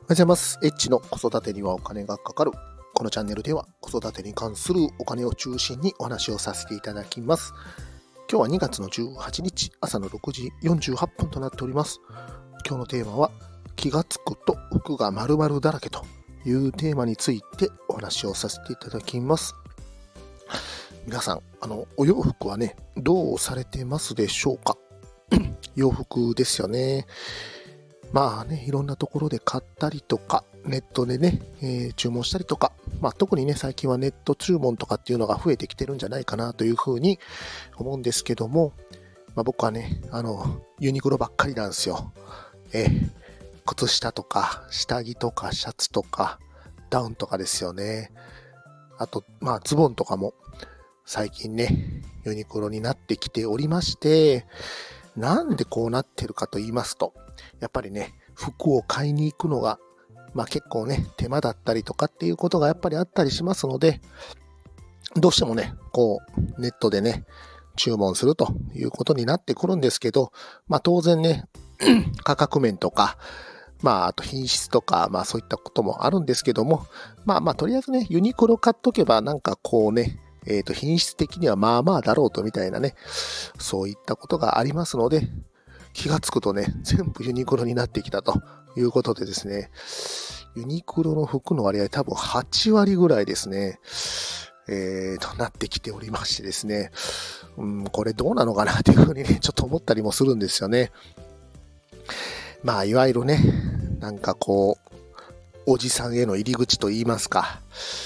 おはようございます。エッチの子育てにはお金がかかる。このチャンネルでは子育てに関するお金を中心にお話をさせていただきます。今日は2月の18日朝の6時48分となっております。今日のテーマは気がつくと服が丸々だらけというテーマについてお話をさせていただきます。皆さん、お洋服はね、どうされてますでしょうか？洋服ですよね。まあね、いろんなところで買ったりとか、ネットでね、注文したりとか、特にね、最近はネット注文とかっていうのが増えてきてるんじゃないかなというふうに思うんですけども、僕はね、ユニクロばっかりなんですよ。靴下とか、下着とか、シャツとか、ダウンとかですよね。あと、ズボンとかも最近ね、ユニクロになってきておりまして、なんでこうなってるかと言いますと、やっぱりね、服を買いに行くのが、結構ね、手間だったりとかっていうことがやっぱりあったりしますので、どうしてもね、ネットでね、注文するということになってくるんですけど、当然ね、価格面とか、あと品質とか、そういったこともあるんですけども、とりあえずね、ユニクロ買っとけば品質的にはだろうとみたいなね、そういったことがありますので、気がつくとね、全部ユニクロになってきたということでですね、ユニクロの服の割合多分8割ぐらいですね、となってきておりましてですね、これどうなのかなというふうにね、ちょっと思ったりもするんですよね。いわゆるね、おじさんへの入り口と言いますか、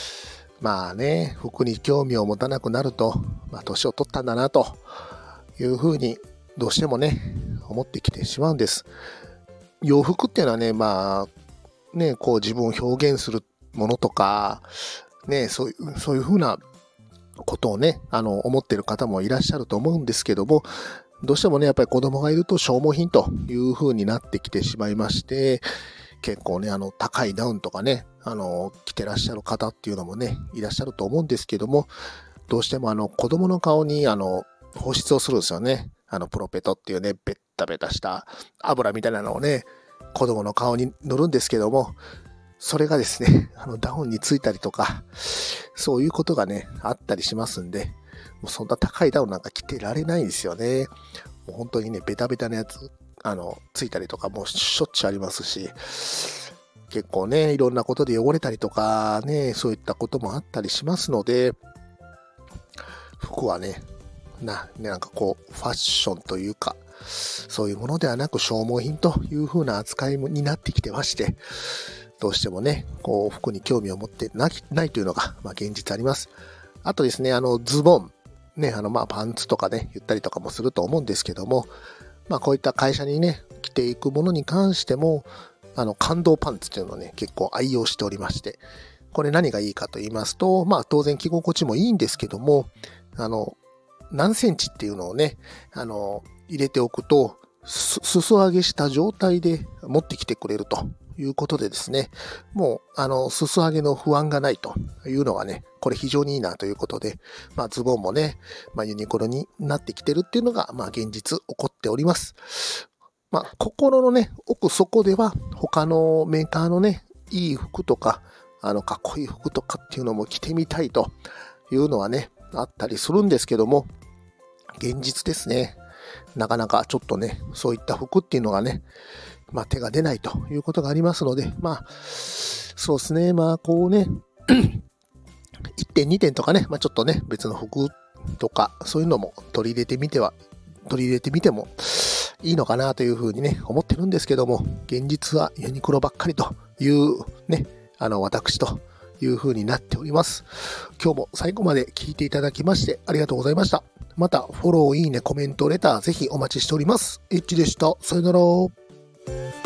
服に興味を持たなくなると、年を取ったんだなというふうにどうしてもね、思ってきてしまうんです。洋服っていうのはね、自分を表現するものとか、ね、そういうふうなことをね、思っている方もいらっしゃると思うんですけども、どうしてもね、やっぱり子供がいると消耗品というふうになってきてしまいまして、結構ね、高いダウンとかね、着てらっしゃる方っていうのもね、いらっしゃると思うんですけども、どうしても子供の顔に放出をするんですよね。プロペトっていうね、ベッタベタした油みたいなのをね、子供の顔に塗るんですけども、それがですね、ダウンについたりとか、そういうことがね、あったりしますんで、もうそんな高いダウンなんか着てられないんですよね。もう本当にね、ベタベタなやつ、ついたりとかもうしょっちゅうありますし、結構ね、いろんなことで汚れたりとかね、そういったこともあったりしますので、服はね、ファッションというか、そういうものではなく消耗品という風な扱いになってきてまして、どうしてもね、服に興味を持ってないというのが、現実あります。あとですね、ズボン、ね、パンツとかね、言ったりとかもすると思うんですけども、こういった会社にね、着ていくものに関しても、感動パンツというのをね、結構愛用しておりまして、これ何がいいかと言いますと、当然着心地もいいんですけども、何センチっていうのをね、入れておくと、裾上げした状態で持ってきてくれるということでですね、もう、裾上げの不安がないというのがね、これ非常にいいなということで、ズボンもね、ユニクロになってきてるっていうのが、現実起こっております。心のね、奥底では、他のメーカーのね、いい服とか、かっこいい服とかっていうのも着てみたいというのはね、あったりするんですけども、現実ですね。なかなかちょっとね、そういった服っていうのがね、手が出ないということがありますので、そうですね、1点2点とかね、ちょっとね、別の服とか、そういうのも取り入れてみてもいいのかなというふうにね、思ってるんですけども、現実はユニクロばっかりというね、私という風になっております。今日も最後まで聞いていただきましてありがとうございました。またフォロー、いいね、コメント、レターぜひお待ちしております。エッチでした。さよなら。